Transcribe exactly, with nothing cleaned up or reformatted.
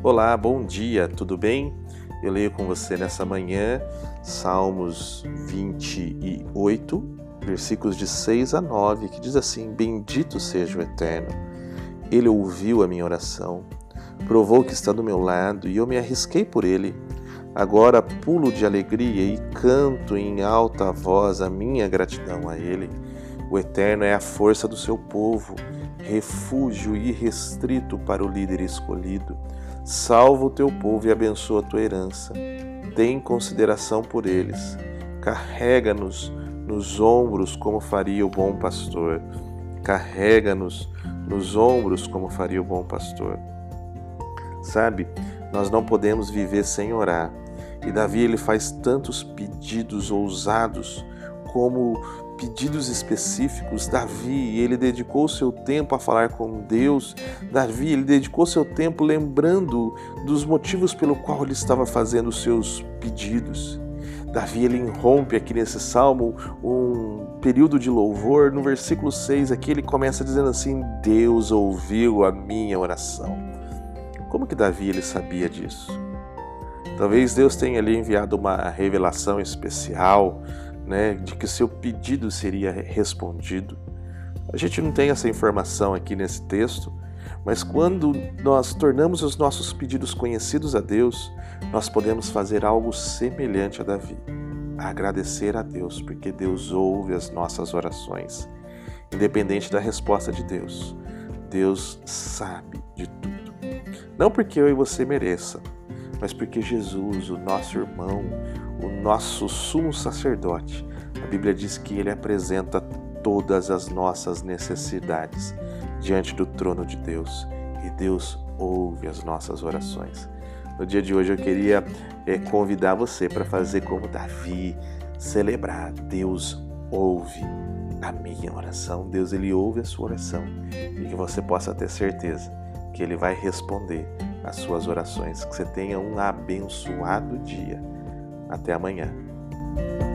Olá, bom dia, tudo bem? Eu leio com você nessa manhã Salmos vinte e oito, versículos de seis a nove, que diz assim: Bendito seja o Eterno, Ele ouviu a minha oração, provou que está do meu lado e eu me arrisquei por Ele. Agora pulo de alegria e canto em alta voz a minha gratidão a Ele. O Eterno é a força do seu povo, refúgio irrestrito para o líder escolhido. Salva o teu povo e abençoa a tua herança. Tem consideração por eles. Carrega-nos nos ombros como faria o bom pastor. Carrega-nos nos ombros como faria o bom pastor. Sabe, nós não podemos viver sem orar. E Davi ele faz tantos pedidos ousados como pedidos específicos. Davi, ele dedicou seu tempo a falar com Deus. Davi, ele dedicou seu tempo lembrando dos motivos pelo qual ele estava fazendo os seus pedidos. Davi, ele irrompe aqui nesse salmo um período de louvor. No versículo seis aqui ele começa dizendo assim: Deus ouviu a minha oração. Como que Davi ele sabia disso? Talvez Deus tenha ali enviado uma revelação especial, né, de que seu pedido seria respondido. A gente não tem essa informação aqui nesse texto, mas quando nós tornamos os nossos pedidos conhecidos a Deus, nós podemos fazer algo semelhante a Davi, agradecer a Deus, porque Deus ouve as nossas orações, independente da resposta de Deus. Deus sabe de tudo. Não porque eu e você mereça, mas porque Jesus, o nosso irmão, o nosso sumo sacerdote, a Bíblia diz que ele apresenta todas as nossas necessidades diante do trono de Deus e Deus ouve as nossas orações. No dia de hoje eu queria é, convidar você para fazer como Davi, celebrar: Deus ouve a minha oração, Deus ele ouve a sua oração, e que você possa ter certeza que ele vai responder as suas orações. Que você tenha um abençoado dia. Até amanhã.